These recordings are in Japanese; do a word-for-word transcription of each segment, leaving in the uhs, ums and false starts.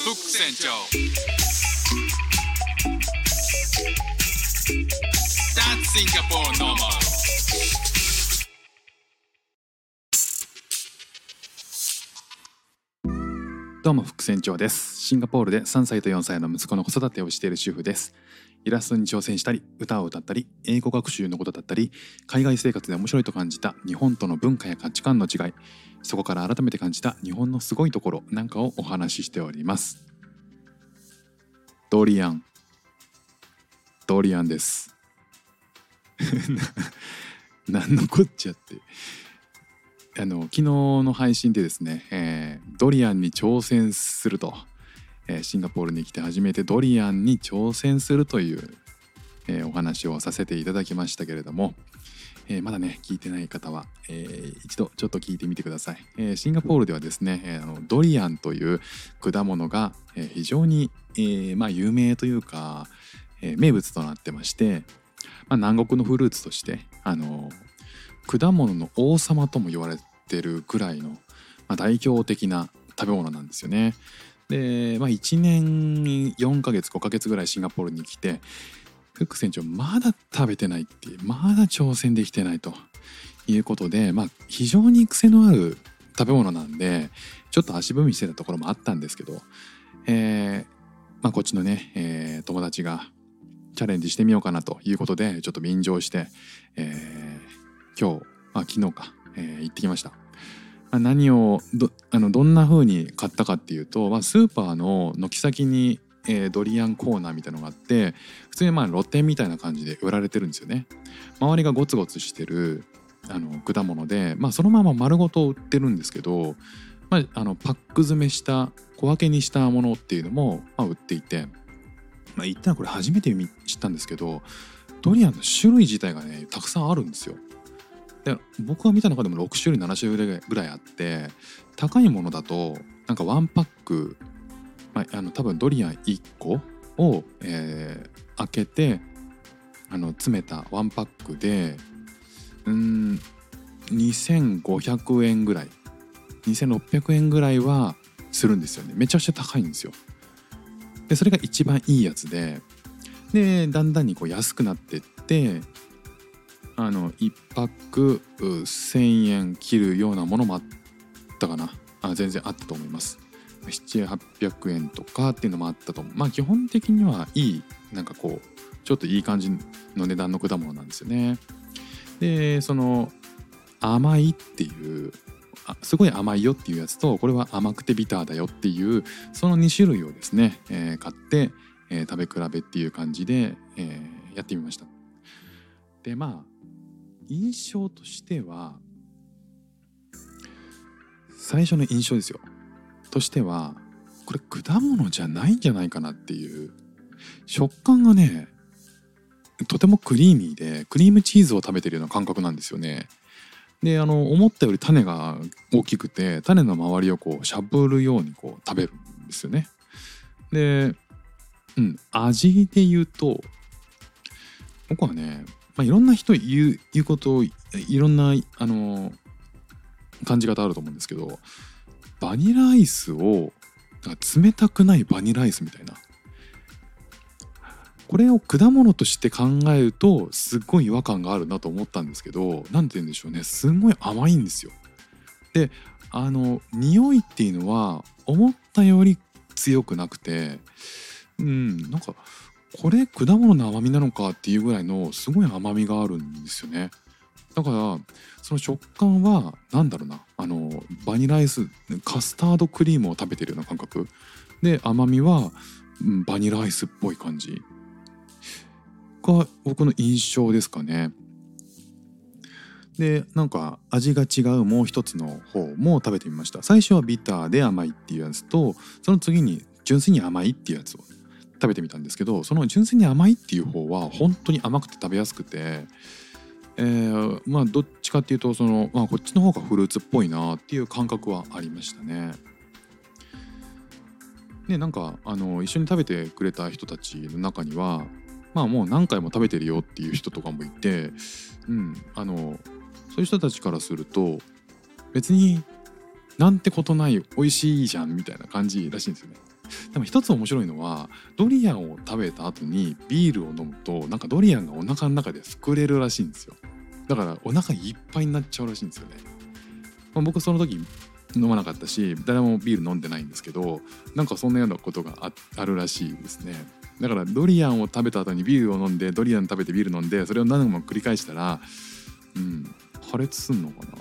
フック船長 That's Singapore normal。 どうも副船長です。シンガポールでさんさいとよんさいの息子の子育てをしている主婦です。イラストに挑戦したり、歌を歌ったり、英語学習のことだったり、海外生活で面白いと感じた日本との文化や価値観の違い、そこから改めて感じた日本のすごいところなんかをお話ししております。ドリアンドリアンですなんのこっちゃって、あの昨日の配信でですね、えー、ドリアンに挑戦すると、えー、シンガポールに来て初めてドリアンに挑戦するという、えー、お話をさせていただきましたけれども、えー、まだね聞いてない方は、えー、一度ちょっと聞いてみてください。えー、シンガポールではですね、えー、あのドリアンという果物が、えー、非常に、えーまあ、有名というか、えー、名物となってまして、まあ、南国のフルーツとしてあの果物の王様とも言われてるくらいの、まあ、代表的な食べ物なんですよね。で、まあ、いちねんよんかげつごかげつぐらいシンガポールに来て、フック船長まだ食べてないっていう、まだ挑戦できてないということで、まあ、非常に癖のある食べ物なんでちょっと足踏みしてたところもあったんですけど、えーまあ、こっちのね、えー友達がチャレンジしてみようかなということでちょっと便乗して、えー今日、まあ、昨日か、えー行ってきました。まあ、何を ど, あのどんな風に買ったかっていうと、まあ、スーパーの軒先に、えードリアンコーナーみたいなのがあって、普通にまあ露店みたいな感じで売られてるんですよね。周りがゴツゴツしてるあの果物で、まあ、そのまま丸ごと売ってるんですけど、まあ、あのパック詰めした小分けにしたものっていうのも、まあ、売っていて、まあ、言ったらこれ初めて知ったんですけど、ドリアンの種類自体がねたくさんあるんですよ。で僕が見た中でもろくしゅるいななしゅるいぐらいあって、高いものだとなんかワンパック、まあ、あの多分ドリアンいっこを、えー開けてあの詰めたワンパックでうーんにせんごひゃくえんぐらいにせんろっぴゃくえんぐらいはするんですよね。めちゃくちゃ高いんですよ。でそれが一番いいやつで、でだんだんにこう安くなってって、あのいちパックせんえん切るようなものもあったかな。あ全然あったと思います。ななひゃくはっぴゃくえんとかっていうのもあったと思う。まあ基本的にはいい、なんかこうちょっといい感じの値段の果物なんですよね。でその甘いっていう、あすごい甘いよっていうやつと、これは甘くてビターだよっていうそのにしゅるいをですね、えー買って、えー食べ比べっていう感じで、えーやってみました。でまあ印象としては、最初の印象ですよとしては、これ果物じゃないんじゃないかなっていう、食感がねとてもクリーミーで、クリームチーズを食べてるような感覚なんですよね。であの思ったより種が大きくて、種の周りをこうしゃぶるようにこう食べるんですよね。で、うん、味で言うと僕はね、まあ、いろんな人言う言うことをいろんなあの感じ方あると思うんですけど、バニラアイスをなんか冷たくないバニラアイスみたいな、これを果物として考えるとすっごい違和感があるなと思ったんですけど、なんて言うんでしょうね、すごい甘いんですよ。であの匂いっていうのは思ったより強くなくて、うんなんかこれ果物の甘みなのかっていうぐらいのすごい甘みがあるんですよね。だからその食感はなんだろうな、あのバニラアイス、カスタードクリームを食べてるような感覚で、甘みは、うん、バニラアイスっぽい感じが僕の印象ですかね。でなんか味が違うもう一つの方も食べてみました。最初はビターで甘いっていうやつと、その次に純粋に甘いっていうやつを食べてみたんですけど、その純粋に甘いっていう方は本当に甘くて食べやすくて、えー、まあどっちかっていうとその、まあ、こっちの方がフルーツっぽいなっていう感覚はありましたね。でなんかあの一緒に食べてくれた人たちの中には、まあもう何回も食べてるよっていう人とかもいて、うん、あのそういう人たちからすると別になんてことない美味しいじゃんみたいな感じらしいんですよね。 でも一つ面白いのはドリアンを食べた後にビールを飲むとなんかドリアンがお腹の中で膨れるらしいんですよ。だからお腹いっぱいになっちゃうらしいんですよね。まあ、僕その時飲まなかったし誰もビール飲んでないんですけど、なんかそんなようなことが あ, あるらしいですね。だからドリアンを食べた後にビールを飲んでドリアン食べてビール飲んでそれを何度も繰り返したら、うん、破裂すんのかな。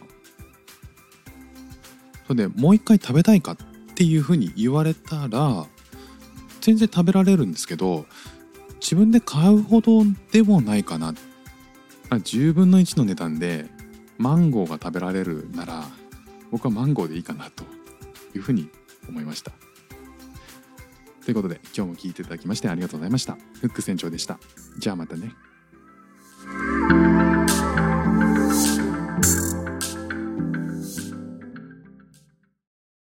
それでもう一回食べたいかっていうふうに言われたら全然食べられるんですけど、自分で買うほどでもないかな。じゅうぶんのいちの値段でマンゴーが食べられるなら僕はマンゴーでいいかなというふうに思いました。ということで今日も聞いていただきましてありがとうございました。フック船長でした。じゃあまたね。